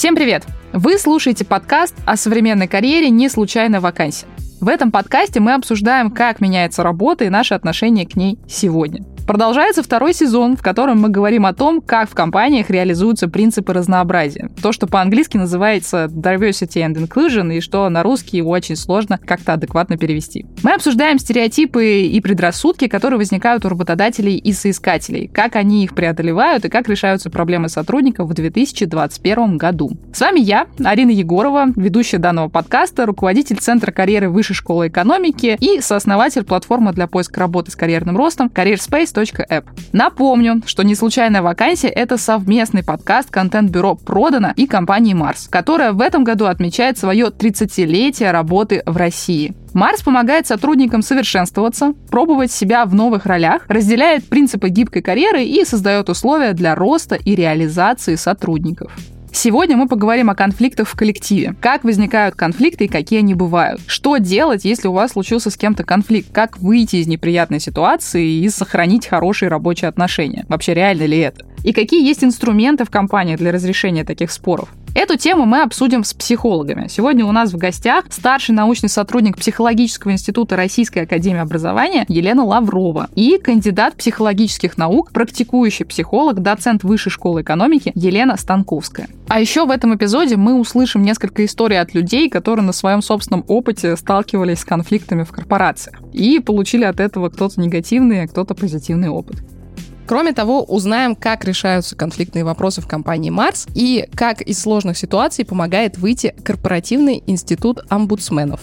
Всем привет! Вы слушаете подкаст о современной карьере «Не случайная вакансия». В этом подкасте мы обсуждаем, как меняется работа и наши отношения к ней сегодня. Продолжается второй сезон, в котором мы говорим о том, как в компаниях реализуются принципы разнообразия. То, что по-английски называется diversity and inclusion, и что на русский его очень сложно как-то адекватно перевести. Мы обсуждаем стереотипы и предрассудки, которые возникают у работодателей и соискателей, как они их преодолевают и как решаются проблемы сотрудников в 2021 году. С вами я, Арина Егорова, ведущая данного подкаста, руководитель Центра карьеры Высшей школы экономики и сооснователь платформы для поиска работы с карьерным ростом CareerSpace.app. Напомню, что «Не случайная вакансия» — это совместный подкаст контент-бюро «Продано» и компании Mars, которая в этом году отмечает свое 30-летие работы в России. Mars помогает сотрудникам совершенствоваться, пробовать себя в новых ролях, разделяет принципы гибкой карьеры и создает условия для роста и реализации сотрудников. Сегодня мы поговорим о конфликтах в коллективе. Как возникают конфликты и какие они бывают. Что делать, если у вас случился с кем-то конфликт? Как выйти из неприятной ситуации и сохранить хорошие рабочие отношения? Вообще, реально ли это? И какие есть инструменты в компании для разрешения таких споров? Эту тему мы обсудим с психологами. Сегодня у нас в гостях старший научный сотрудник Психологического института Российской академии образования Елена Лаврова и кандидат психологических наук, практикующий психолог, доцент Высшей школы экономики Елена Станковская. А еще в этом эпизоде мы услышим несколько историй от людей, которые на своем собственном опыте сталкивались с конфликтами в корпорациях и получили от этого кто-то негативный, а кто-то позитивный опыт. Кроме того, узнаем, как решаются конфликтные вопросы в компании Mars и как из сложных ситуаций помогает выйти корпоративный институт омбудсменов.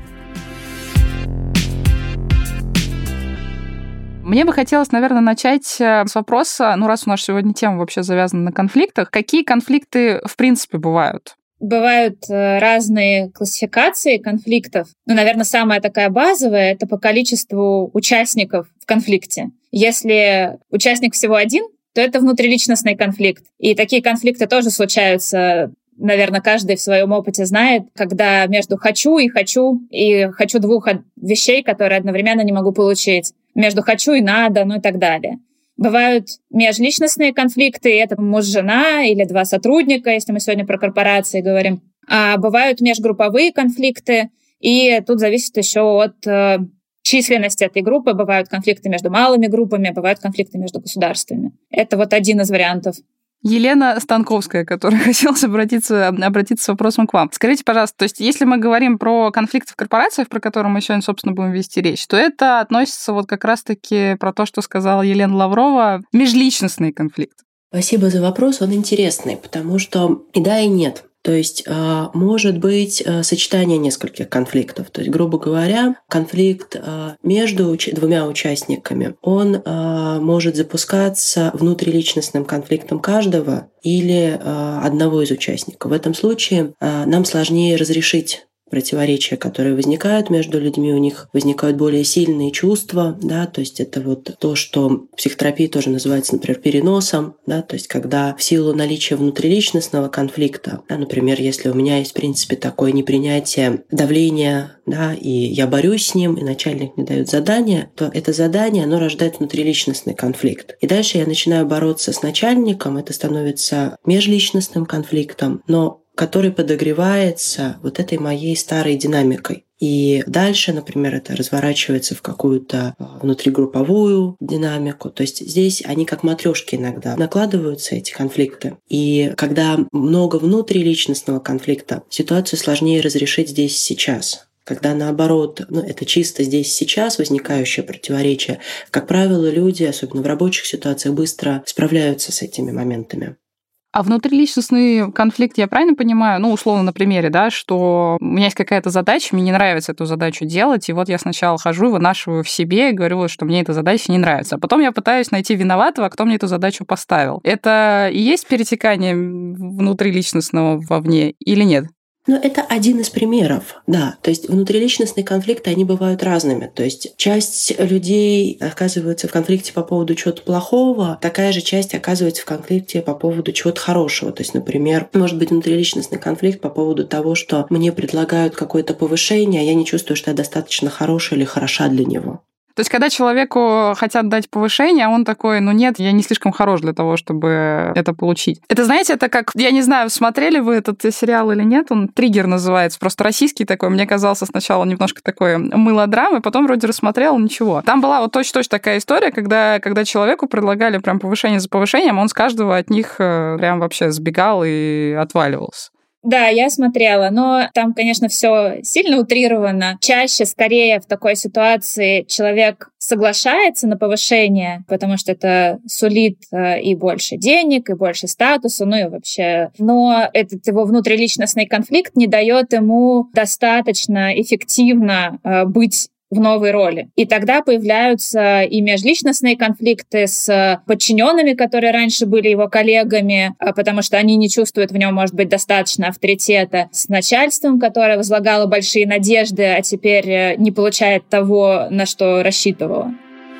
Мне бы хотелось, наверное, начать с вопроса, раз у нас сегодня тема вообще завязана на конфликтах, какие конфликты в принципе бывают? Бывают разные классификации конфликтов. Наверное, самая такая базовая — это по количеству участников в конфликте. Если участник всего один, то это внутриличностный конфликт. И такие конфликты тоже случаются, наверное, каждый в своем опыте знает, когда между хочу и хочу двух вещей, которые одновременно не могу получить. Между хочу и надо, и так далее. Бывают межличностные конфликты, это муж-жена или два сотрудника, если мы сегодня про корпорации говорим. А бывают межгрупповые конфликты, и тут зависит еще от численности этой группы. Бывают конфликты между малыми группами, бывают конфликты между государствами. Это один из вариантов. Елена Станковская, которая хотелось обратиться с вопросом к вам. Скажите, пожалуйста, то есть если мы говорим про конфликты в корпорациях, про которые мы сегодня, собственно, будем вести речь, то это относится как раз-таки про то, что сказала Елена Лаврова, межличностный конфликт. Спасибо за вопрос, он интересный, потому что и да, и нет. То есть может быть сочетание нескольких конфликтов. То есть, грубо говоря, конфликт между двумя участниками, он может запускаться внутриличностным конфликтом каждого или одного из участников. В этом случае нам сложнее разрешить противоречия, которые возникают между людьми, у них возникают более сильные чувства, да, то есть это то, что в психотерапии тоже называется, например, переносом, да, то есть когда в силу наличия внутриличностного конфликта, да, например, если у меня есть, в принципе, такое непринятие давления, да, и я борюсь с ним, и начальник мне дает задание, то это задание, оно рождает внутриличностный конфликт. И дальше я начинаю бороться с начальником, это становится межличностным конфликтом, но который подогревается этой моей старой динамикой. И дальше, например, это разворачивается в какую-то внутригрупповую динамику. То есть здесь они как матрешки иногда накладываются, эти конфликты. И когда много внутриличностного конфликта, ситуацию сложнее разрешить здесь и сейчас. Когда наоборот, это чисто здесь сейчас возникающее противоречие, как правило, люди, особенно в рабочих ситуациях, быстро справляются с этими моментами. А внутриличностный конфликт, я правильно понимаю, условно на примере, да, что у меня есть какая-то задача, мне не нравится эту задачу делать, и я сначала хожу, вынашиваю в себе и говорю, что мне эта задача не нравится. А потом я пытаюсь найти виноватого, кто мне эту задачу поставил. Это и есть перетекание внутриличностного вовне или нет? Но это один из примеров, да. То есть внутриличностные конфликты, они бывают разными. То есть часть людей оказывается в конфликте по поводу чего-то плохого, такая же часть оказывается в конфликте по поводу чего-то хорошего. То есть, например, может быть внутриличностный конфликт по поводу того, что мне предлагают какое-то повышение, а я не чувствую, что я достаточно хорошая или хороша для него. То есть, когда человеку хотят дать повышение, а он такой, ну нет, я не слишком хорош для того, чтобы это получить. Это, знаете, это как, я не знаю, смотрели вы этот сериал или нет, он «Триггер» называется, просто российский такой, мне казался сначала немножко такой мылодрамы, потом вроде рассмотрел, ничего. Там была вот точно-точно такая история, когда человеку предлагали прям повышение за повышением, он с каждого от них прям вообще сбегал и отваливался. Да, я смотрела, но там, конечно, все сильно утрировано. Чаще, скорее, в такой ситуации человек соглашается на повышение, потому что это сулит и больше денег, и больше статуса, ну и вообще. Но этот его внутриличностный конфликт не дает ему достаточно эффективно быть в новой роли. И тогда появляются и межличностные конфликты с подчиненными, которые раньше были его коллегами, потому что они не чувствуют в нем, может быть, достаточно авторитета, с начальством, которое возлагало большие надежды, а теперь не получает того, на что рассчитывало.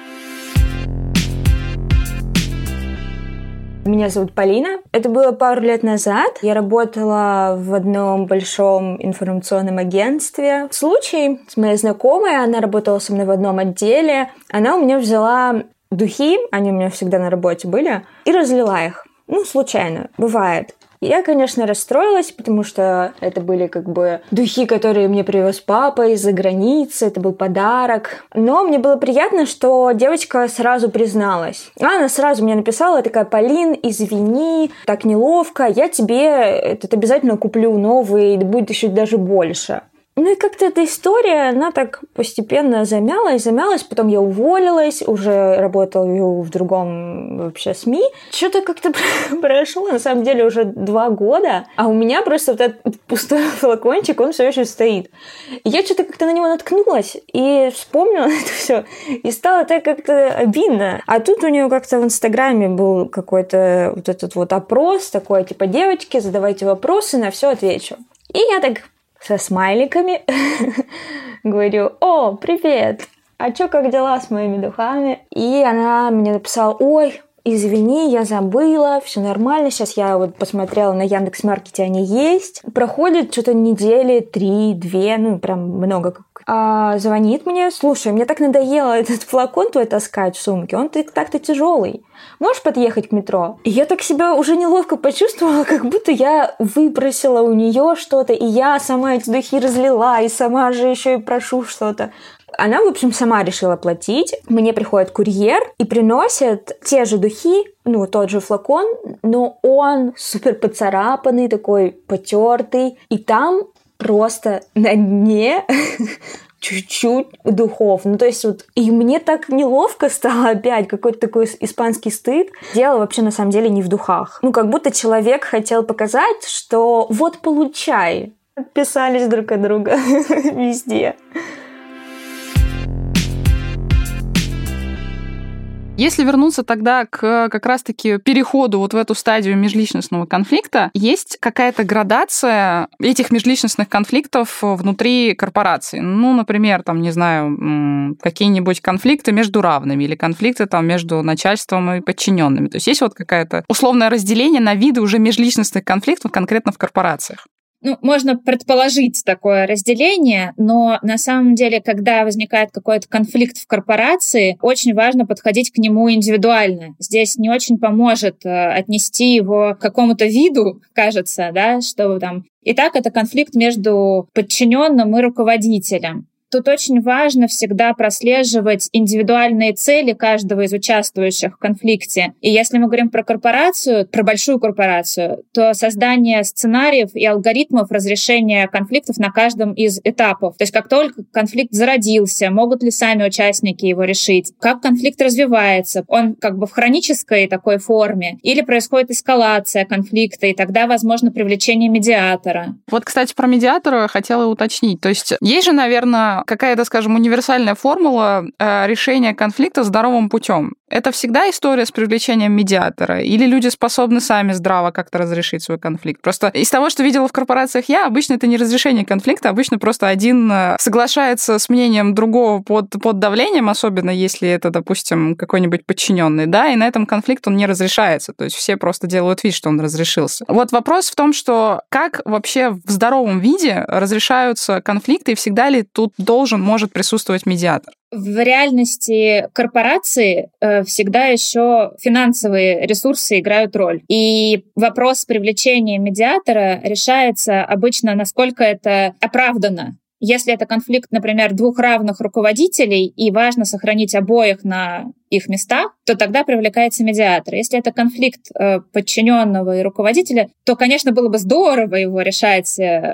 Меня зовут Полина. Это было пару лет назад. Я работала в одном большом информационном агентстве. Случай с моей знакомой, она работала со мной в одном отделе. Она у меня взяла духи, они у меня всегда на работе были, и разлила их. Ну, случайно, бывает. Я, конечно, расстроилась, потому что это были как бы духи, которые мне привез папа из-за границы, это был подарок. Но мне было приятно, что девочка сразу призналась. Она сразу мне написала, такая: Полин, извини, так неловко, я тебе этот обязательно куплю новый, будет еще даже больше. Ну и как-то эта история, она так постепенно замялась, потом я уволилась, уже работала в другом вообще СМИ. Что-то как-то прошло, на самом деле, уже 2 года, а у меня просто вот этот пустой флакончик, он все еще стоит. И я что-то как-то на него наткнулась и вспомнила это все, и стало так как-то обидно. А тут у нее как-то в Инстаграме был какой-то вот этот вот опрос такой, типа: девочки, задавайте вопросы, на все отвечу. И я так со смайликами говорю: о, привет, а чё, как дела с моими духами? И она мне написала: ой, извини, я забыла, все нормально, сейчас я вот посмотрела на Яндекс.Маркете, они есть. Проходит что-то недели 3-2, ну прям много. Звонит мне: слушай, мне так надоело этот флакон твой таскать в сумке, он так-то тяжелый. Можешь подъехать к метро? И я так себя уже неловко почувствовала, как будто я выпросила у нее что-то, и я сама эти духи разлила, и сама же еще и прошу что-то. Она, в общем, сама решила платить. Мне приходит курьер и приносит те же духи, ну, тот же флакон, но он супер поцарапанный, такой потертый. И там просто на дне чуть-чуть духов. Ну, то есть вот... И мне так неловко стало опять, какой-то такой испанский стыд. Дело вообще на самом деле не в духах. Ну, как будто человек хотел показать, что вот получай. Писались друг от друга везде. Если вернуться тогда к как раз-таки переходу вот в эту стадию межличностного конфликта, есть какая-то градация этих межличностных конфликтов внутри корпорации? Ну, например, там, не знаю, какие-нибудь конфликты между равными или конфликты там между начальством и подчиненными. То есть есть вот какое-то условное разделение на виды уже межличностных конфликтов конкретно в корпорациях? Ну, можно предположить такое разделение, но на самом деле, когда возникает какой-то конфликт в корпорации, очень важно подходить к нему индивидуально. Здесь не очень поможет отнести его к какому-то виду, кажется, да, что там... Итак, это конфликт между подчиненным и руководителем. Тут очень важно всегда прослеживать индивидуальные цели каждого из участвующих в конфликте. И если мы говорим про корпорацию, про большую корпорацию, то создание сценариев и алгоритмов разрешения конфликтов на каждом из этапов. То есть как только конфликт зародился, могут ли сами участники его решить, как конфликт развивается, он как бы в хронической такой форме, или происходит эскалация конфликта, и тогда возможно привлечение медиатора. Вот, кстати, про медиатора хотела уточнить. То есть есть же, наверное, какая-то, скажем, универсальная формула решения конфликта здоровым путем. Это всегда история с привлечением медиатора? Или люди способны сами здраво как-то разрешить свой конфликт? Просто из того, что видела в корпорациях я, обычно это не разрешение конфликта, обычно просто один соглашается с мнением другого под давлением, особенно если это, допустим, какой-нибудь подчиненный, да, и на этом конфликт он не разрешается. То есть все просто делают вид, что он разрешился. Вот вопрос в том, что как вообще в здоровом виде разрешаются конфликты, и всегда ли тут может присутствовать медиатор? В реальности корпорации всегда еще финансовые ресурсы играют роль. И вопрос привлечения медиатора решается обычно, насколько это оправдано. Если это конфликт, например, двух равных руководителей, и важно сохранить обоих на их местах, то тогда привлекается медиатор. Если это конфликт подчиненного и руководителя, то, конечно, было бы здорово его решать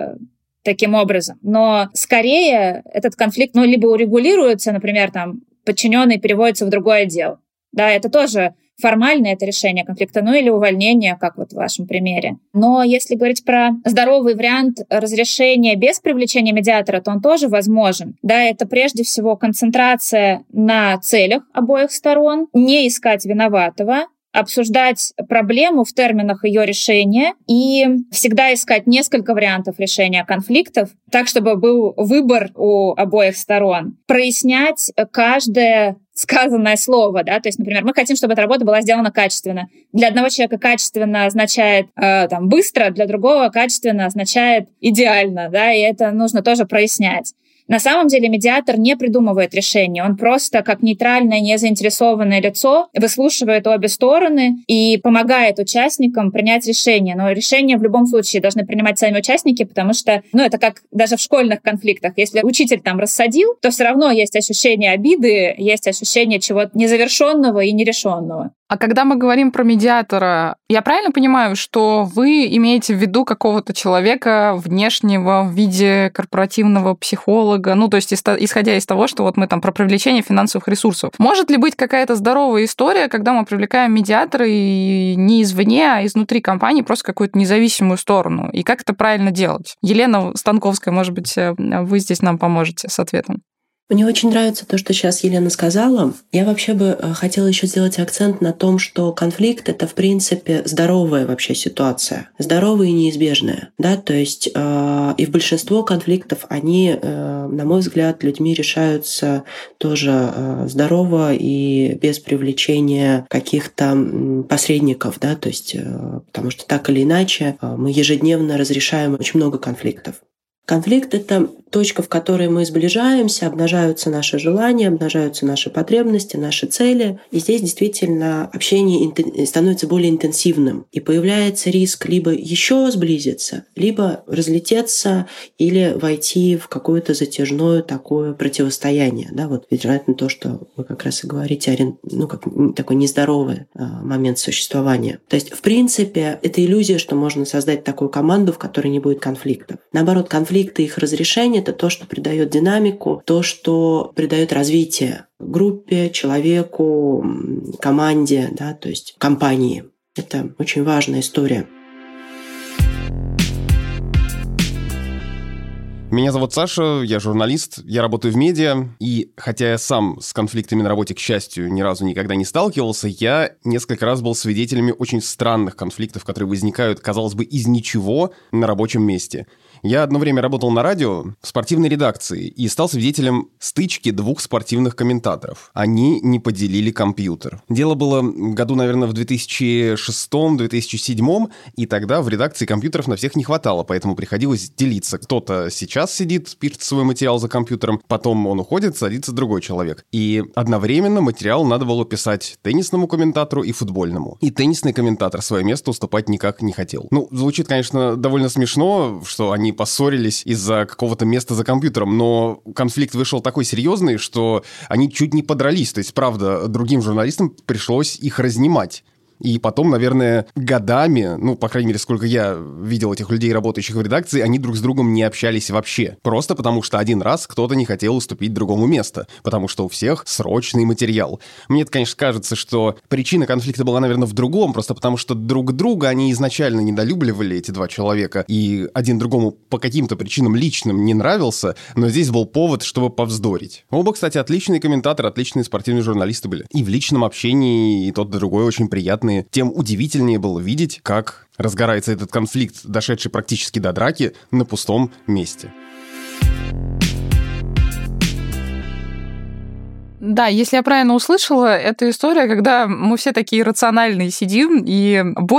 таким образом. Но скорее этот конфликт, либо урегулируется, например, там, подчиненный переводится в другой отдел. Да, это тоже формально это решение конфликта, или увольнение, как вот в вашем примере. Но если говорить про здоровый вариант разрешения без привлечения медиатора, то он тоже возможен. Да, это прежде всего концентрация на целях обоих сторон, не искать виноватого, обсуждать проблему в терминах ее решения и всегда искать несколько вариантов решения конфликтов, так, чтобы был выбор у обоих сторон. Прояснять каждое сказанное слово, да, то есть, например, мы хотим, чтобы эта работа была сделана качественно. Для одного человека качественно означает быстро, для другого качественно означает идеально, да, и это нужно тоже прояснять. На самом деле медиатор не придумывает решение, он просто как нейтральное, незаинтересованное лицо выслушивает обе стороны и помогает участникам принять решение. Но решение в любом случае должны принимать сами участники, потому что, это как даже в школьных конфликтах. Если учитель там рассадил, то все равно есть ощущение обиды, есть ощущение чего-то незавершенного и нерешенного. А когда мы говорим про медиатора, я правильно понимаю, что вы имеете в виду какого-то человека внешнего в виде корпоративного психолога, то есть исходя из того, что вот мы там про привлечение финансовых ресурсов. Может ли быть какая-то здоровая история, когда мы привлекаем медиатора и не извне, а изнутри компании, просто какую-то независимую сторону? И как это правильно делать? Елена Станковская, может быть, вы здесь нам поможете с ответом. Мне очень нравится то, что сейчас Елена сказала. Я вообще бы хотела еще сделать акцент на том, что конфликт — это, в принципе, здоровая вообще ситуация. Здоровая и неизбежная. Да? То есть и в большинство конфликтов они, на мой взгляд, людьми решаются тоже здорово и без привлечения каких-то посредников. Да? То есть, потому что так или иначе мы ежедневно разрешаем очень много конфликтов. Конфликт — это точка, в которой мы сближаемся, обнажаются наши желания, обнажаются наши потребности, наши цели. И здесь действительно общение становится более интенсивным. И появляется риск либо еще сблизиться, либо разлететься или войти в какое-то затяжное такое противостояние. Да, вот вероятно то, что вы как раз и говорите о как такой нездоровый момент существования. То есть, в принципе, это иллюзия, что можно создать такую команду, в которой не будет конфликтов. Наоборот, конфликты и их разрешение — это то, что придает динамику, то, что придает развитие группе, человеку, команде, да, то есть компании. Это очень важная история. Меня зовут Саша, я журналист, я работаю в медиа, и хотя я сам с конфликтами на работе, к счастью, ни разу никогда не сталкивался, я несколько раз был свидетелями очень странных конфликтов, которые возникают, казалось бы, из ничего на рабочем месте. Я одно время работал на радио в спортивной редакции и стал свидетелем стычки двух спортивных комментаторов. Они не поделили компьютер. Дело было году, наверное, в 2006-2007, и тогда в редакции компьютеров на всех не хватало, поэтому приходилось делиться. Кто-то сейчас сидит, пишет свой материал за компьютером, потом он уходит, садится другой человек. И одновременно материал надо было писать теннисному комментатору и футбольному. И теннисный комментатор свое место уступать никак не хотел. Звучит, конечно, довольно смешно, что они поссорились из-за какого-то места за компьютером, но конфликт вышел такой серьезный, что они чуть не подрались. То есть, правда, другим журналистам пришлось их разнимать. И потом, наверное, годами, по крайней мере, сколько я видел этих людей, работающих в редакции, они друг с другом не общались вообще. Просто потому, что один раз кто-то не хотел уступить другому место, потому что у всех срочный материал. Мне, конечно, кажется, что причина конфликта была, наверное, в другом, просто потому что друг друга они изначально недолюбливали, эти два человека, и один другому по каким-то причинам личным не нравился, но здесь был повод, чтобы повздорить. Оба, кстати, отличные комментаторы, отличные спортивные журналисты были. И в личном общении и тот, и другой очень приятный. Тем удивительнее было видеть, как разгорается этот конфликт, дошедший практически до драки, на пустом месте. Да, если я правильно услышала, это история, когда мы все такие рациональные сидим и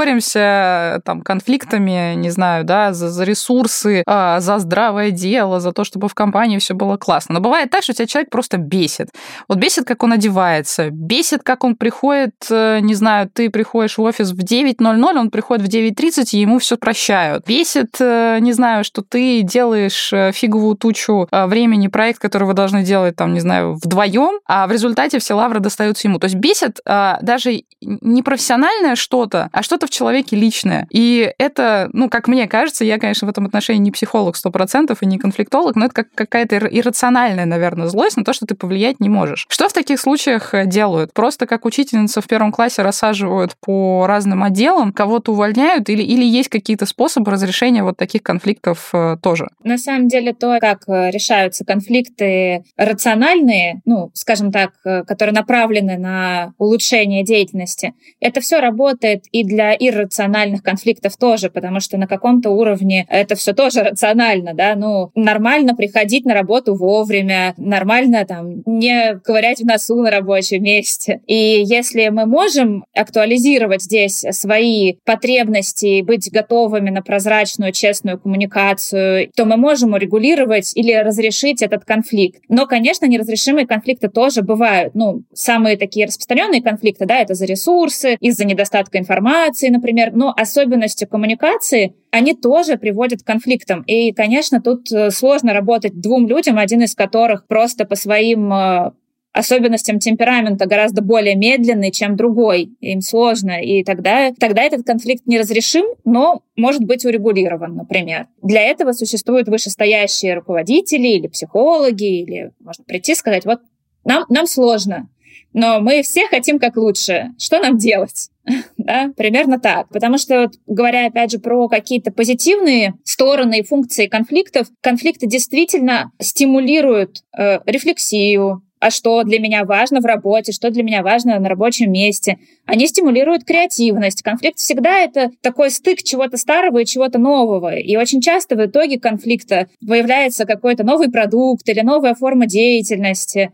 боремся там конфликтами, не знаю, да, за ресурсы, за здравое дело, за то, чтобы в компании все было классно. Но бывает так, что тебя человек просто бесит. Вот бесит, как он одевается, бесит, как он приходит, не знаю, ты приходишь в офис в 9:00, он приходит в 9:30, и ему все прощают. Бесит, не знаю, что ты делаешь фиговую тучу времени проект, который вы должны делать, там, не знаю, вдвоем, а в результате все лавры достаются ему. То есть бесит даже не профессиональное что-то, а что-то в человеке личное. И это, ну, как мне кажется, я, конечно, в этом отношении не психолог 100% и не конфликтолог, но это как какая-то иррациональная, наверное, злость на то, что ты повлиять не можешь. Что в таких случаях делают? Просто как учительница в 1 классе рассаживают по разным отделам, кого-то увольняют, или есть какие-то способы разрешения вот таких конфликтов тоже? На самом деле то, как решаются конфликты рациональные, ну, скажем так, которые направлены на улучшение деятельности, это все работает и для иррациональных конфликтов тоже, потому что на каком-то уровне это все тоже рационально, да, ну, нормально приходить на работу вовремя, нормально там не ковырять в носу на рабочем месте. И если мы можем актуализировать здесь свои потребности, быть готовыми на прозрачную, честную коммуникацию, то мы можем урегулировать или разрешить этот конфликт. Но, конечно, неразрешимые конфликты тоже бывают. Ну, самые такие распространенные конфликты, да, это за ресурсы, из-за недостатка информации, например. Но особенности коммуникации, они тоже приводят к конфликтам. И, конечно, тут сложно работать двум людям, один из которых просто по своим особенностям темперамента гораздо более медленный, чем другой. Им сложно. И тогда этот конфликт неразрешим, но может быть урегулирован, например. Для этого существуют вышестоящие руководители или психологи, или можно прийти и сказать, вот нам сложно, но мы все хотим как лучше. Что нам делать? Да, примерно так. Потому что, вот, говоря опять же про какие-то позитивные стороны и функции конфликтов, конфликты действительно стимулируют рефлексию, а что для меня важно в работе, что для меня важно на рабочем месте. Они стимулируют креативность. Конфликт всегда это такой стык чего-то старого и чего-то нового. И очень часто в итоге конфликта появляется какой-то новый продукт или новая форма деятельности,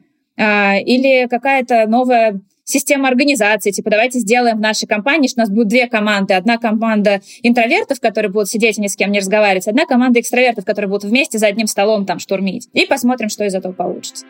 или какая-то новая система организации. Типа, давайте сделаем в нашей компании, что у нас будет две команды. Одна команда интровертов, которые будут сидеть и ни с кем не разговаривать, одна команда экстравертов, которые будут вместе за одним столом там штурмить. И посмотрим, что из этого получится.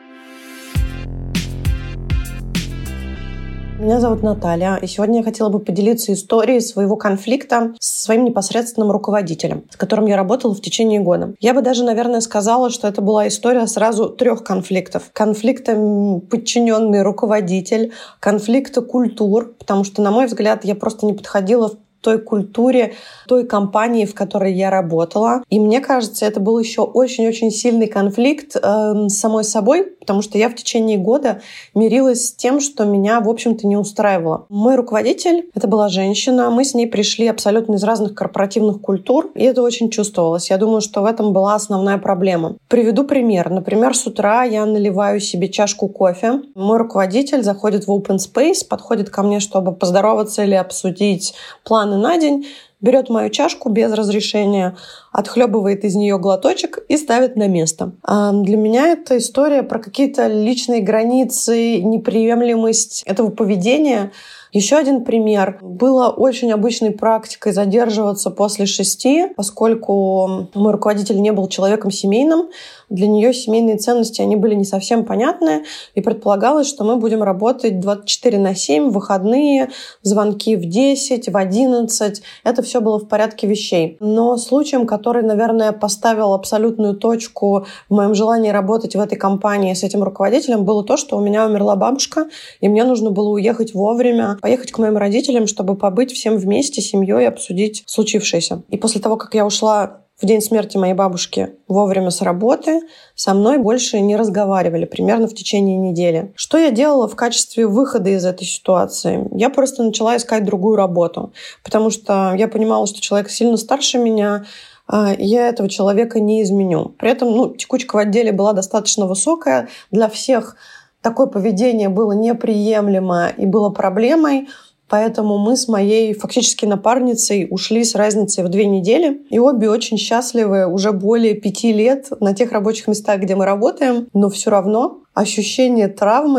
Меня зовут Наталья, и сегодня я хотела бы поделиться историей своего конфликта со своим непосредственным руководителем, с которым я работала в течение года. Я бы даже, наверное, сказала, что это была история сразу 3 конфликтов. Конфликта подчиненный руководитель, конфликта культур, потому что, на мой взгляд, я просто не подходила в той культуре, той компании, в которой я работала. И мне кажется, это был еще очень-очень сильный конфликт с самой собой, потому что я в течение года мирилась с тем, что меня, в общем-то, не устраивало. Мой руководитель, это была женщина, мы с ней пришли абсолютно из разных корпоративных культур, и это очень чувствовалось. Я думаю, что в этом была основная проблема. Приведу пример. Например, с утра я наливаю себе чашку кофе. Мой руководитель заходит в open space, подходит ко мне, чтобы поздороваться или обсудить планы на день, берет мою чашку без разрешения, отхлебывает из нее глоточек и ставит на место. Для меня это история про какие-то личные границы, неприемлемость этого поведения. Еще один пример. Было очень обычной практикой задерживаться после 6, поскольку мой руководитель не был человеком семейным. Для нее семейные ценности, они были не совсем понятны. И предполагалось, что мы будем работать 24/7, в выходные, звонки в 10, в 11. Это все было в порядке вещей. Но случаем, который, наверное, поставил абсолютную точку в моем желании работать в этой компании с этим руководителем, было то, что у меня умерла бабушка, и мне нужно было уехать вовремя, поехать к моим родителям, чтобы побыть всем вместе, семьей, обсудить случившееся. И после того, как я ушла в день смерти моей бабушки вовремя с работы, со мной больше не разговаривали примерно в течение недели. Что я делала в качестве выхода из этой ситуации? Я просто начала искать другую работу, потому что я понимала, что человек сильно старше меня, и я этого человека не изменю. При этом текучка в отделе была достаточно высокая. Для всех такое поведение было неприемлемо и было проблемой. Поэтому мы с моей фактически напарницей ушли с разницей в 2 недели. И обе очень счастливы уже более 5 лет на тех рабочих местах, где мы работаем. Но все равно ощущение травмы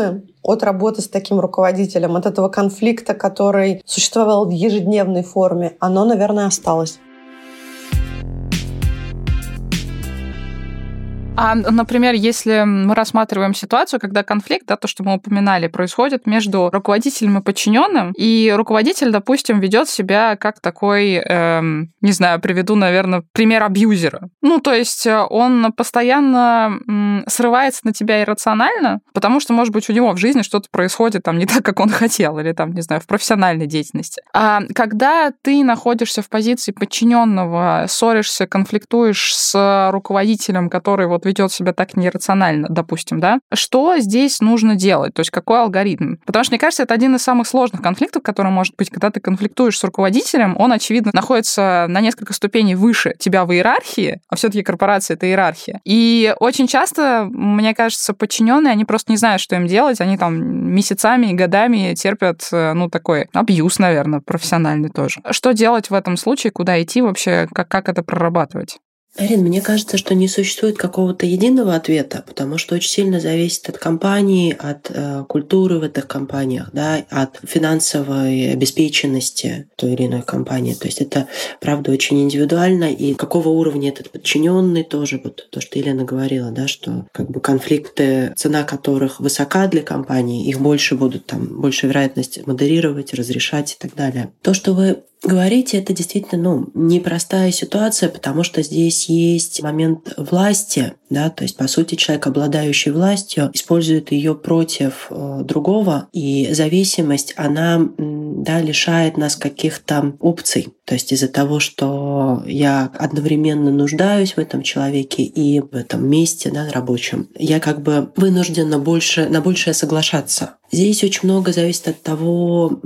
от работы с таким руководителем, от этого конфликта, который существовал в ежедневной форме, оно, наверное, осталось. А, например, если мы рассматриваем ситуацию, когда конфликт, да, то, что мы упоминали, происходит между руководителем и подчиненным, и руководитель, допустим, ведет себя как такой, не знаю, приведу, наверное, пример абьюзера. Ну, то есть он постоянно срывается на тебя иррационально, потому что, может быть, у него в жизни что-то происходит там не так, как он хотел, или там, не знаю, в профессиональной деятельности. А когда ты находишься в позиции подчиненного, ссоришься, конфликтуешь с руководителем, который вот ведет себя так нерационально, допустим, да, что здесь нужно делать? То есть какой алгоритм? Потому что, мне кажется, это один из самых сложных конфликтов, который может быть, когда ты конфликтуешь с руководителем, он, очевидно, находится на несколько ступеней выше тебя в иерархии, а все-таки корпорация — это иерархия. И очень часто, мне кажется, подчиненные, они просто не знают, что им делать, они там месяцами и годами терпят, ну, такой абьюз, наверное, профессиональный тоже. Что делать в этом случае? Куда идти вообще? Как это прорабатывать? Арин, мне кажется, что не существует какого-то единого ответа, потому что очень сильно зависит от компании, от культуры в этих компаниях, да, от финансовой обеспеченности той или иной компании. То есть это, правда, очень индивидуально, и какого уровня этот подчиненный тоже, вот то, что Елена говорила, да, что как бы конфликты, цена которых высока для компании, их больше будут там, больше вероятность модерировать, разрешать и так далее. То, что вы говорите, это действительно, непростая ситуация, потому что здесь есть момент власти, да, то есть, по сути, человек, обладающий властью, использует ее против другого, и зависимость, она, да, лишает нас каких-то опций. То есть из-за того, что я одновременно нуждаюсь в этом человеке и в этом месте, да, рабочем, я как бы вынуждена на большее соглашаться. Здесь очень много зависит от того,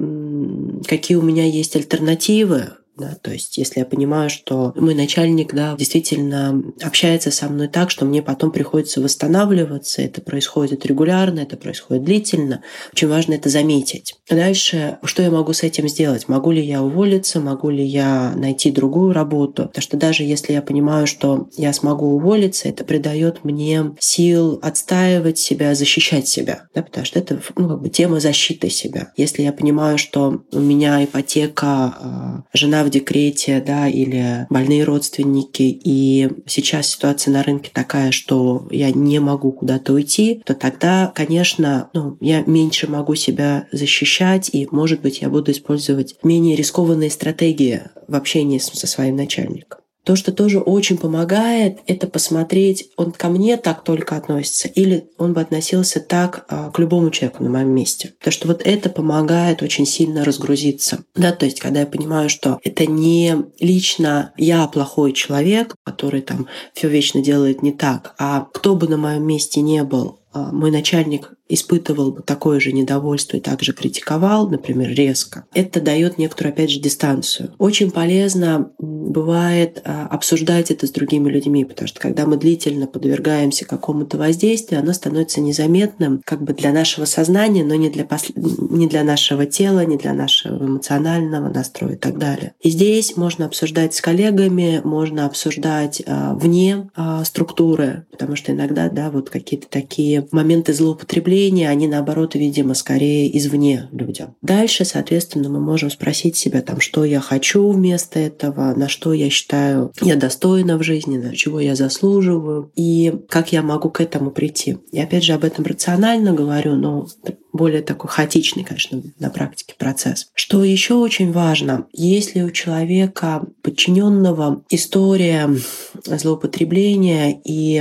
какие у меня есть альтернативы. Да, то есть, если я понимаю, что мой начальник, да, действительно общается со мной так, что мне потом приходится восстанавливаться, это происходит регулярно, это происходит длительно, очень важно это заметить. Дальше, что я могу с этим сделать? Могу ли я уволиться, могу ли я найти другую работу? Потому что даже если я понимаю, что я смогу уволиться, это придает мне сил отстаивать себя, защищать себя, да, потому что это, как бы тема защиты себя. Если я понимаю, что у меня ипотека, жена в декрете, да, или больные родственники, и сейчас ситуация на рынке такая, что я не могу куда-то уйти, то тогда, конечно, я меньше могу себя защищать, и, может быть, я буду использовать менее рискованные стратегии в общении со своим начальником. То, что тоже очень помогает, это посмотреть, он ко мне так только относится, или он бы относился так к любому человеку на моем месте. Потому что вот это помогает очень сильно разгрузиться. Да, то есть, когда я понимаю, что это не лично я плохой человек, который там все вечно делает не так, а кто бы на моем месте не был, мой начальник испытывал бы такое же недовольство и также критиковал, например, резко, это дает некоторую, опять же, дистанцию. Очень полезно бывает обсуждать это с другими людьми, потому что когда мы длительно подвергаемся какому-то воздействию, оно становится незаметным как бы для нашего сознания, но не для нашего тела, не для нашего эмоционального настроя и так далее. И здесь можно обсуждать с коллегами, можно обсуждать вне структуры, потому что иногда, да, вот какие-то такие моменты злоупотребления, они, наоборот, видимо, скорее извне людям. Дальше, соответственно, мы можем спросить себя, там, что я хочу вместо этого, на что я считаю я достойна в жизни, на чего я заслуживаю, и как я могу к этому прийти. И опять же, об этом рационально говорю, но более такой хаотичный, конечно, на практике процесс. Что еще очень важно, если у человека подчиненного история злоупотребления и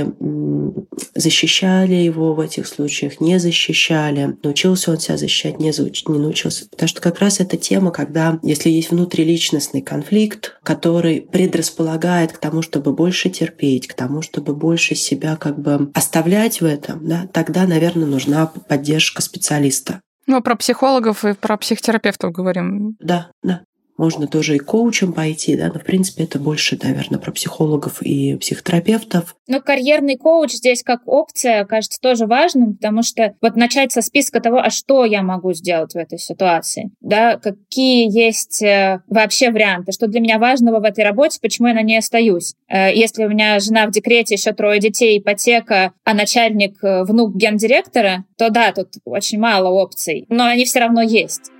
защищали его в этих случаях, не защищали, научился он себя защищать, не научился. Потому что как раз эта тема, когда, если есть внутриличностный конфликт, который предрасполагает к тому, чтобы больше терпеть, к тому, чтобы больше себя как бы оставлять в этом, да, тогда, наверное, нужна поддержка специалиста. Мы про психологов и про психотерапевтов говорим. Да. Можно тоже и коучем пойти, да, но, в принципе, это больше, наверное, про психологов и психотерапевтов. Но карьерный коуч здесь как опция кажется тоже важным, потому что вот начать со списка того, а что я могу сделать в этой ситуации, да, какие есть вообще варианты, что для меня важного в этой работе, почему я на ней остаюсь. Если у меня жена в декрете, еще 3 детей, ипотека, а начальник внук гендиректора, то да, тут очень мало опций, но они все равно есть.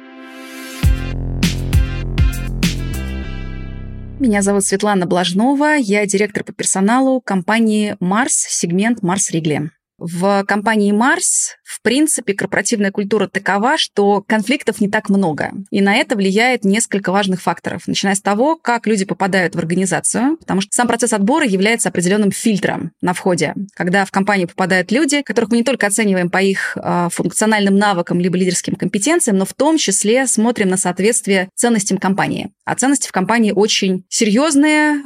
Меня зовут Светлана Блажнова, я директор по персоналу компании Mars, сегмент Mars Wrigley. В компании Mars, в принципе, корпоративная культура такова, что конфликтов не так много. И на это влияет несколько важных факторов, начиная с того, как люди попадают в организацию, потому что сам процесс отбора является определенным фильтром на входе. Когда в компанию попадают люди, которых мы не только оцениваем по их функциональным навыкам либо лидерским компетенциям, но в том числе смотрим на соответствие ценностям компании. А ценности в компании очень серьезные.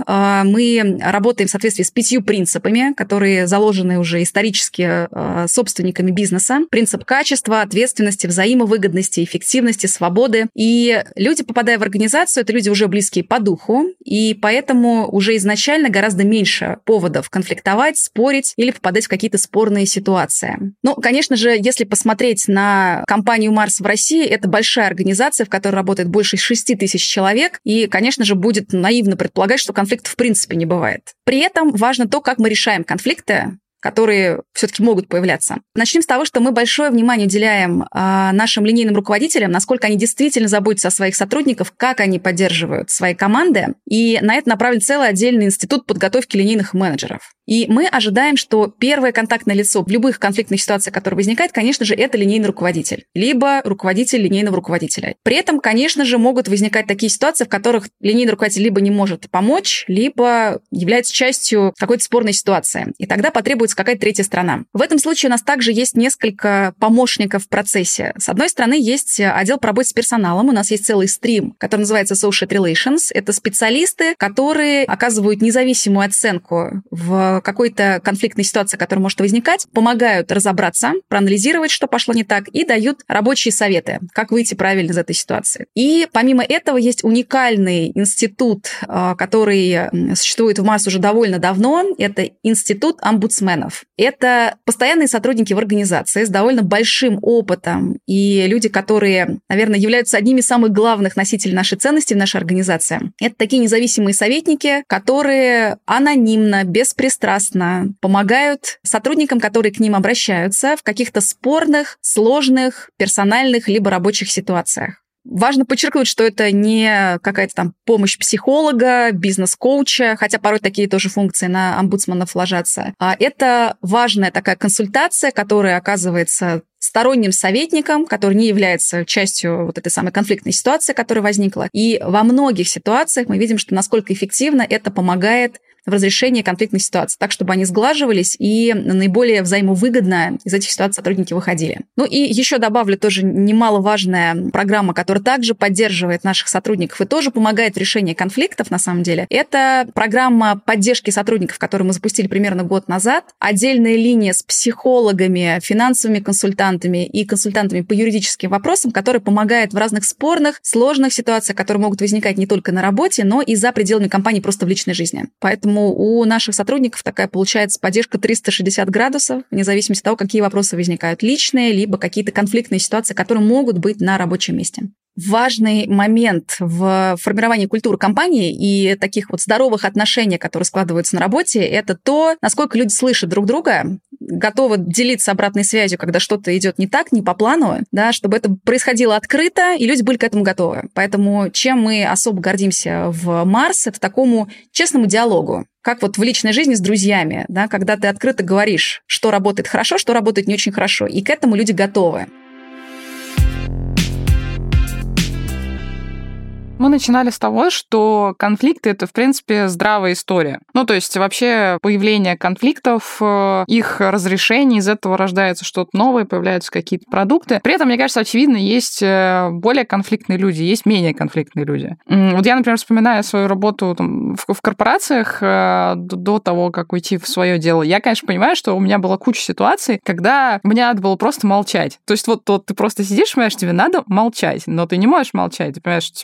Мы работаем в соответствии с 5 принципами, которые заложены уже исторически собственниками бизнеса. Принцип качества, ответственности, взаимовыгодности, эффективности, свободы. И люди, попадая в организацию, это люди уже близкие по духу, и поэтому уже изначально гораздо меньше поводов конфликтовать, спорить или попадать в какие-то спорные ситуации. Ну, конечно же, если посмотреть на компанию Mars в России, это большая организация, в которой работает больше 6 тысяч человек, и, конечно же, будет наивно предполагать, что конфликтов в принципе не бывает. При этом важно то, как мы решаем конфликты, которые все-таки могут появляться. Начнем с того, что мы большое внимание уделяем нашим линейным руководителям, насколько они действительно заботятся о своих сотрудниках, как они поддерживают свои команды. И на это направлен целый отдельный институт подготовки линейных менеджеров. И мы ожидаем, что первое контактное лицо в любых конфликтных ситуациях, которые возникают, конечно же, это линейный руководитель, либо руководитель линейного руководителя. При этом, конечно же, могут возникать такие ситуации, в которых линейный руководитель либо не может помочь, либо является частью какой-то спорной ситуации. И тогда потребуется какая-то третья сторона. В этом случае у нас также есть несколько помощников в процессе. С одной стороны, есть отдел по работе с персоналом. У нас есть целый стрим, который называется Social Relations. Это специалисты, которые оказывают независимую оценку в какой-то конфликтной ситуации, которая может возникать, помогают разобраться, проанализировать, что пошло не так, и дают рабочие советы, как выйти правильно из этой ситуации. И помимо этого есть уникальный институт, который существует в Mars уже довольно давно. Это институт омбудсменов. Это постоянные сотрудники в организации с довольно большим опытом и люди, которые, наверное, являются одними из самых главных носителей нашей ценности в нашей организации. Это такие независимые советники, которые анонимно, беспристрастно помогают сотрудникам, которые к ним обращаются в каких-то спорных, сложных, персональных либо рабочих ситуациях. Важно подчеркнуть, что это не какая-то там помощь психолога, бизнес-коуча, хотя порой такие тоже функции на омбудсменов ложатся. А это важная такая консультация, которая оказывается сторонним советником, который не является частью вот этой самой конфликтной ситуации, которая возникла. И во многих ситуациях мы видим, что насколько эффективно это помогает в разрешении конфликтной ситуации, так, чтобы они сглаживались и наиболее взаимовыгодно из этих ситуаций сотрудники выходили. Ну и еще добавлю тоже немаловажная программа, которая также поддерживает наших сотрудников и тоже помогает в решении конфликтов, на самом деле. Это программа поддержки сотрудников, которую мы запустили примерно год назад. Отдельная линия с психологами, финансовыми консультантами и консультантами по юридическим вопросам, которая помогает в разных спорных, сложных ситуациях, которые могут возникать не только на работе, но и за пределами компании просто в личной жизни. Поэтому у наших сотрудников такая получается поддержка 360 градусов, вне зависимости от того, какие вопросы возникают личные, либо какие-то конфликтные ситуации, которые могут быть на рабочем месте. Важный момент в формировании культуры компании и таких вот здоровых отношений, которые складываются на работе, это то, насколько люди слышат друг друга, готовы делиться обратной связью, когда что-то идет не так, не по плану, да, чтобы это происходило открыто, и люди были к этому готовы. Поэтому чем мы особо гордимся в Mars, это такому честному диалогу. Как вот в личной жизни с друзьями, да, когда ты открыто говоришь, что работает хорошо, что работает не очень хорошо, и к этому люди готовы. Мы начинали с того, что конфликты — это, в принципе, здравая история. Ну, то есть вообще появление конфликтов, их разрешение, из этого рождается что-то новое, появляются какие-то продукты. При этом, мне кажется, очевидно, есть более конфликтные люди, есть менее конфликтные люди. Вот я, например, вспоминаю свою работу там, в корпорациях до того, как уйти в свое дело. Я, конечно, понимаю, что у меня была куча ситуаций, когда мне надо было просто молчать. То есть вот ты просто сидишь, понимаешь, тебе надо молчать, но ты не можешь молчать. Ты понимаешь, что тебе надо сказать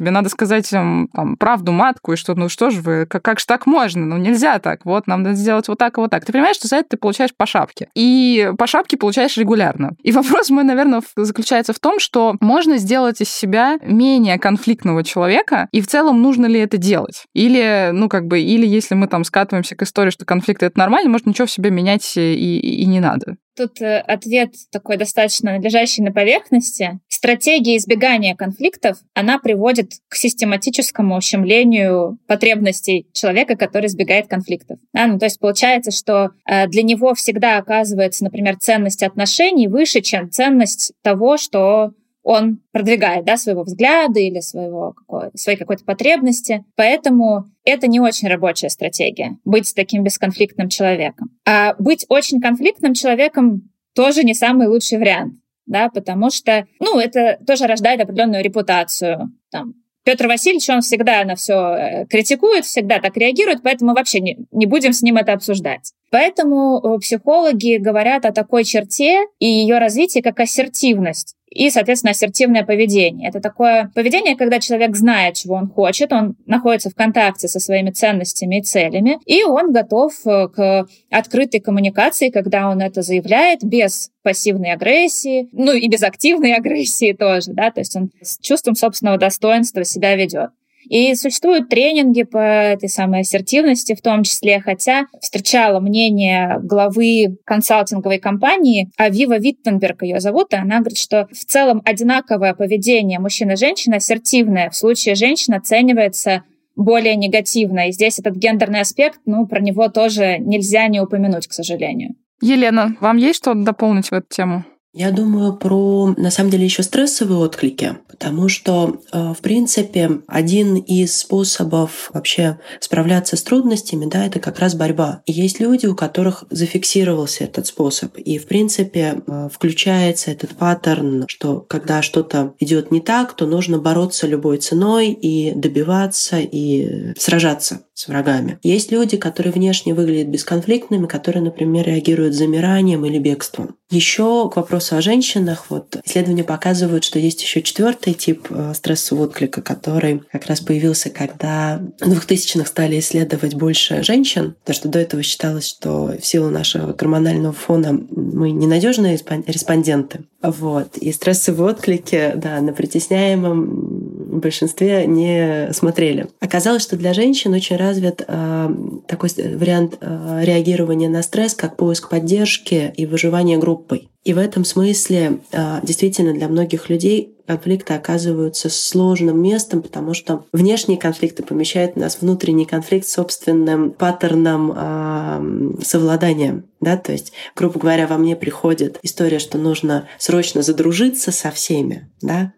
сказать там, правду матку, и что, ну что же вы, как же так можно? Ну нельзя так, вот нам надо сделать вот так и вот так. Ты понимаешь, что за это ты получаешь по шапке. И по шапке получаешь регулярно. И вопрос мой, наверное, заключается в том, что можно сделать из себя менее конфликтного человека, и в целом нужно ли это делать? Или, или если мы там скатываемся к истории, что конфликты — это нормально, может, ничего в себе менять и не надо. Тут ответ такой достаточно лежащий на поверхности. Стратегия избегания конфликтов, она приводит к систематическому ущемлению потребностей человека, который избегает конфликтов. То есть получается, что для него всегда оказывается, например, ценность отношений выше, чем ценность того, что он продвигает, своего взгляда или своей какой-то потребности. Поэтому это не очень рабочая стратегия — быть таким бесконфликтным человеком. А быть очень конфликтным человеком тоже не самый лучший вариант, потому что, это тоже рождает определенную репутацию. Петр Васильевич, он всегда на все критикует, всегда так реагирует, поэтому вообще не будем с ним это обсуждать. Поэтому психологи говорят о такой черте и ее развитии, как ассертивность. И, соответственно, ассертивное поведение. Это такое поведение, когда человек знает, чего он хочет, он находится в контакте со своими ценностями и целями, и он готов к открытой коммуникации, когда он это заявляет без пассивной агрессии, и без активной агрессии тоже, то есть он с чувством собственного достоинства себя ведет. И существуют тренинги по этой самой ассертивности в том числе, хотя встречала мнение главы консалтинговой компании, Авива Виттенберг ее зовут, и она говорит, что в целом одинаковое поведение мужчин и женщин ассертивное в случае женщин оценивается более негативно. И здесь этот гендерный аспект, про него тоже нельзя не упомянуть, к сожалению. Елена, вам есть что дополнить в эту тему? Я думаю про, на самом деле, еще стрессовые отклики, потому что, в принципе, один из способов вообще справляться с трудностями, это как раз борьба. И есть люди, у которых зафиксировался этот способ, и, в принципе, включается этот паттерн, что когда что-то идет не так, то нужно бороться любой ценой и добиваться, и сражаться с врагами. Есть люди, которые внешне выглядят бесконфликтными, которые, например, реагируют замиранием или бегством. Еще к вопросу о женщинах, исследования показывают, что есть еще 4-й тип стрессового отклика, который как раз появился, когда в 2000-х стали исследовать больше женщин, потому что до этого считалось, что в силу нашего гормонального фона мы ненадежные респонденты. И стрессовые отклики, на притесняемом большинстве не смотрели. Оказалось, что для женщин очень развит такой вариант реагирования на стресс, как поиск поддержки и выживание группой. И в этом смысле действительно для многих людей конфликты оказываются сложным местом, потому что внешние конфликты помещают нас в внутренний конфликт с собственным паттерном совладания. То есть, грубо говоря, во мне приходит история, что нужно срочно задружиться со всеми,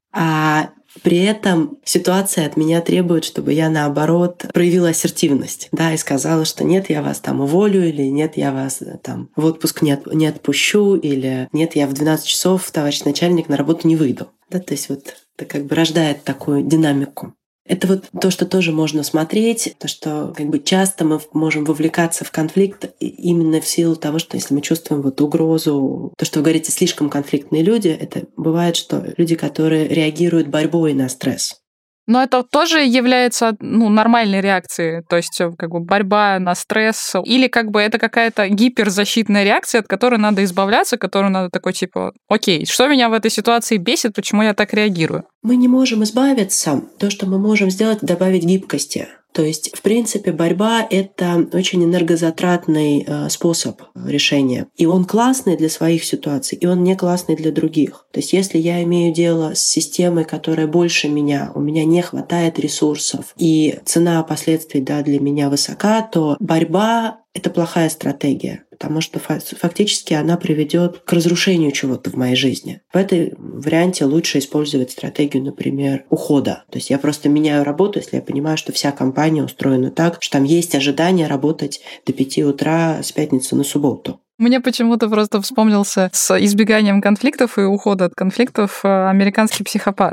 а при этом ситуация от меня требует, чтобы я, наоборот, проявила ассертивность, и сказала, что нет, я вас уволю, или нет, я вас в отпуск не отпущу, или нет, я в 12 часов, товарищ начальник, на работу не выйду. То есть это как бы рождает такую динамику. Это то, что тоже можно смотреть, то, что часто мы можем вовлекаться в конфликт именно в силу того, что если мы чувствуем угрозу, то, что вы говорите, слишком конфликтные люди, это бывает, что люди, которые реагируют борьбой на стресс. Но это тоже является нормальной реакцией, то есть борьба на стресс, или это какая-то гиперзащитная реакция, от которой надо избавляться, которую надо такой окей, что меня в этой ситуации бесит, почему я так реагирую? Мы не можем избавиться. То, что мы можем сделать, добавить гибкости. То есть, в принципе, борьба — это очень энергозатратный способ решения. И он классный для своих ситуаций, и он не классный для других. То есть, если я имею дело с системой, которая больше меня, у меня не хватает ресурсов, и цена последствий для меня высока, то борьба — это плохая стратегия, потому что фактически она приведет к разрушению чего-то в моей жизни. В этой варианте лучше использовать стратегию, например, ухода. То есть я просто меняю работу, если я понимаю, что вся компания устроена так, что там есть ожидание работать до 5 утра с пятницы на субботу. Мне почему-то просто вспомнился с избеганием конфликтов и ухода от конфликтов «Американский психопат».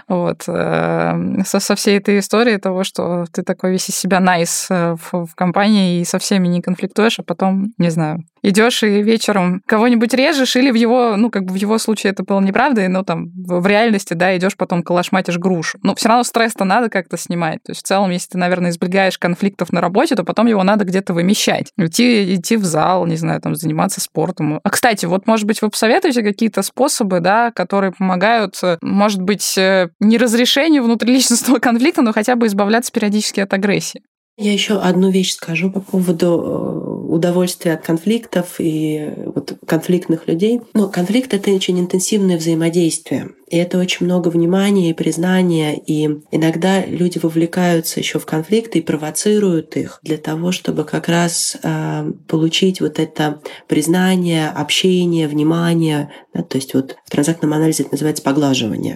Со всей этой историей того, что ты такой весь из себя в компании и со всеми не конфликтуешь, а потом, не знаю, идешь и вечером кого-нибудь режешь, или в его, в его случае это было неправдой, но там в реальности, да, идешь потом калашматишь грушу. Но все равно стресс-то надо как-то снимать. То есть в целом, если ты, наверное, избегаешь конфликтов на работе, то потом его надо где-то вымещать. Идти в зал, не знаю, там, заниматься спортом. А, кстати, вот, может быть, вы посоветуете какие-то способы, да, которые помогают, может быть, не разрешению внутриличностного конфликта, но хотя бы избавляться периодически от агрессии? Я еще одну вещь скажу по поводу удовольствия от конфликтов и вот конфликтных людей. Конфликт — это очень интенсивное взаимодействие. И это очень много внимания и признания. И иногда люди вовлекаются еще в конфликты и провоцируют их для того, чтобы как раз получить вот это признание, общение, внимание. Да, то есть вот в транзактном анализе это называется поглаживание.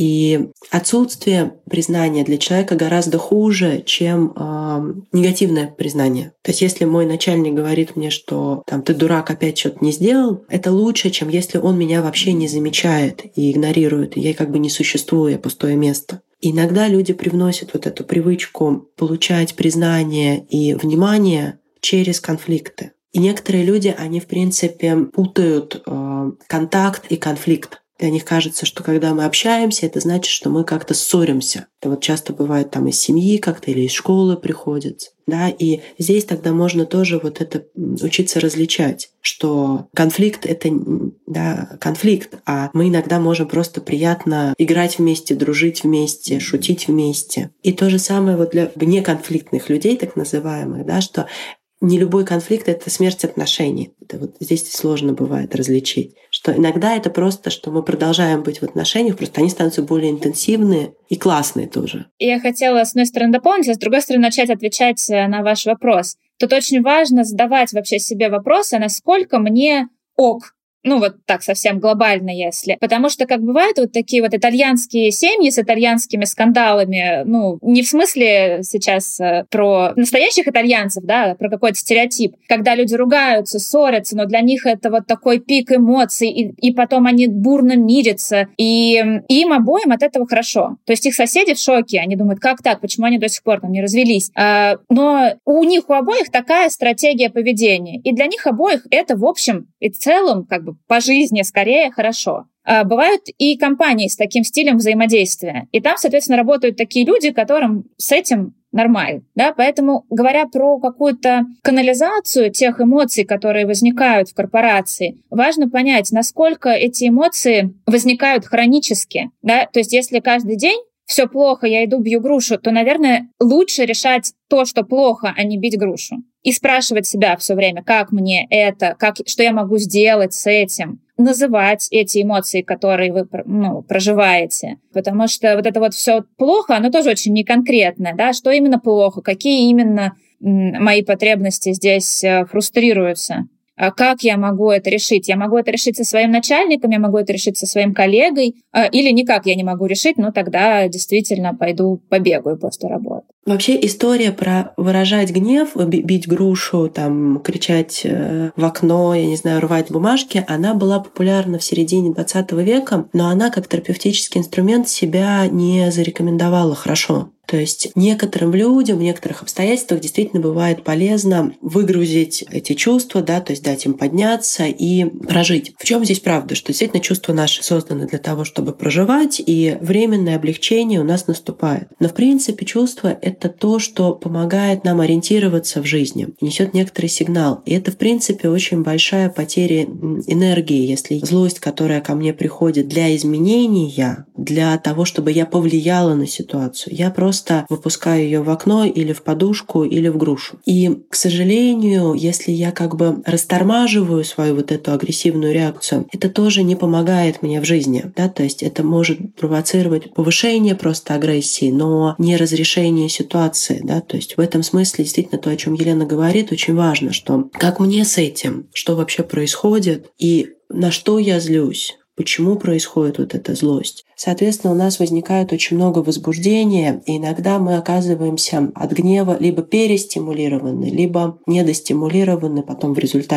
И отсутствие признания для человека гораздо хуже, чем негативное признание. То есть если мой начальник говорит мне, что там, ты дурак, опять что-то не сделал, это лучше, чем если он меня вообще не замечает и игнорирует, и я как бы не существую, я пустое место. И иногда люди привносят вот эту привычку получать признание и внимание через конфликты. И некоторые люди, они в принципе путают контакт и конфликт. Для них кажется, что когда мы общаемся, это значит, что мы как-то ссоримся. Это вот часто бывает там из семьи как-то или из школы приходится. Да? И здесь тогда можно тоже вот это учиться различать, что конфликт — это конфликт, а мы иногда можем просто приятно играть вместе, дружить вместе, шутить вместе. И то же самое вот для неконфликтных людей, так называемых, да, что не любой конфликт — это смерть отношений. Это вот здесь сложно бывает различить. Что иногда это просто, что мы продолжаем быть в отношениях, просто они становятся более интенсивные и классные тоже. Я хотела, с одной стороны, дополнить, а с другой стороны, начать отвечать на ваш вопрос. Тут очень важно задавать вообще себе вопросы, насколько мне ок. Вот так совсем глобально, если. Потому что, как бывают вот такие вот итальянские семьи с итальянскими скандалами, не в смысле сейчас про настоящих итальянцев, да, про какой-то стереотип, когда люди ругаются, ссорятся, но для них это вот такой пик эмоций, и потом они бурно мирятся, и им обоим от этого хорошо. То есть их соседи в шоке, они думают, как так, почему они до сих пор там не развелись? Но у них у обоих такая стратегия поведения, и для них обоих это в общем и целом как бы по жизни скорее хорошо. Бывают и компании с таким стилем взаимодействия. И там, соответственно, работают такие люди, которым с этим нормально. Да? Поэтому, говоря про какую-то канализацию тех эмоций, которые возникают в корпорации, важно понять, насколько эти эмоции возникают хронически. Да? То есть если каждый день все плохо, я иду бью грушу, то, наверное, лучше решать то, что плохо, а не бить грушу. И спрашивать себя все время, как мне это, что я могу сделать с этим. Называть эти эмоции, которые вы проживаете. Потому что вот это вот все плохо, оно тоже очень неконкретное. Да? Что именно плохо, какие именно мои потребности здесь фрустрируются. Как я могу это решить? Я могу это решить со своим начальником, я могу это решить со своим коллегой, или никак я не могу решить, тогда действительно пойду побегаю после работы. Вообще история про выражать гнев, бить грушу, там, кричать в окно, я не знаю, рвать бумажки, она была популярна в середине 20 века, но она как терапевтический инструмент себя не зарекомендовала хорошо. То есть некоторым людям, в некоторых обстоятельствах действительно бывает полезно выгрузить эти чувства, да, то есть дать им подняться и прожить. В чем здесь правда? Что действительно чувства наши созданы для того, чтобы проживать, и временное облегчение у нас наступает. Но в принципе чувство — это то, что помогает нам ориентироваться в жизни, несет некоторый сигнал. И это в принципе очень большая потеря энергии, если злость, которая ко мне приходит для изменения, для того, чтобы я повлияла на ситуацию, я просто выпускаю ее в окно или в подушку или в грушу. И, к сожалению, если я как бы растормаживаю свою вот эту агрессивную реакцию, это тоже не помогает мне в жизни. Да? То есть это может провоцировать повышение просто агрессии, но не разрешение ситуации. Да? То есть в этом смысле действительно то, о чем Елена говорит, очень важно, что как мне с этим, что вообще происходит и на что я злюсь. Почему происходит вот эта злость? Соответственно, у нас возникает очень много возбуждения, и иногда мы оказываемся от гнева либо перестимулированы, либо недостимулированы потом в результате.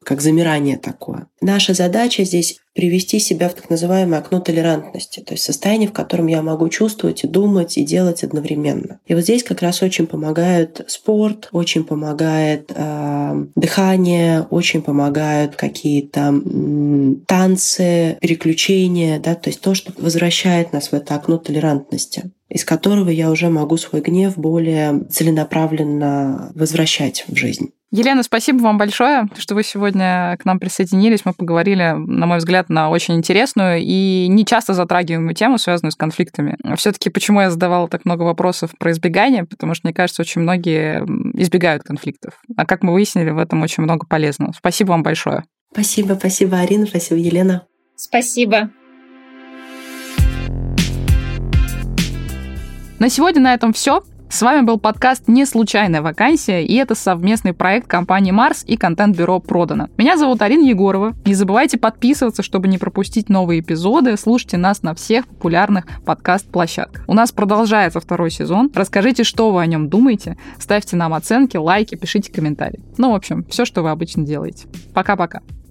как замирание такое. Наша задача здесь привести себя в так называемое окно толерантности, то есть состояние, в котором я могу чувствовать и думать, и делать одновременно. И вот здесь как раз очень помогает спорт, очень помогает дыхание, очень помогают какие-то танцы, переключения, да, то есть то, что возвращает нас в это окно толерантности, из которого я уже могу свой гнев более целенаправленно возвращать в жизнь. Елена, спасибо вам большое, что вы сегодня к нам присоединились. Мы поговорили, на мой взгляд, на очень интересную и не часто затрагиваемую тему, связанную с конфликтами. Все-таки почему я задавала так много вопросов про избегание? Потому что, мне кажется, очень многие избегают конфликтов. А как мы выяснили, в этом очень много полезного. Спасибо вам большое. Спасибо, Арина, спасибо, Елена. Спасибо. На сегодня на этом все. С вами был подкаст «Не случайная вакансия», и это совместный проект компании «Марс» и контент-бюро «Продано». Меня зовут Арина Егорова. Не забывайте подписываться, чтобы не пропустить новые эпизоды. Слушайте нас на всех популярных подкаст-площадках. У нас продолжается второй сезон. Расскажите, что вы о нем думаете. Ставьте нам оценки, лайки, пишите комментарии. В общем, все, что вы обычно делаете. Пока-пока.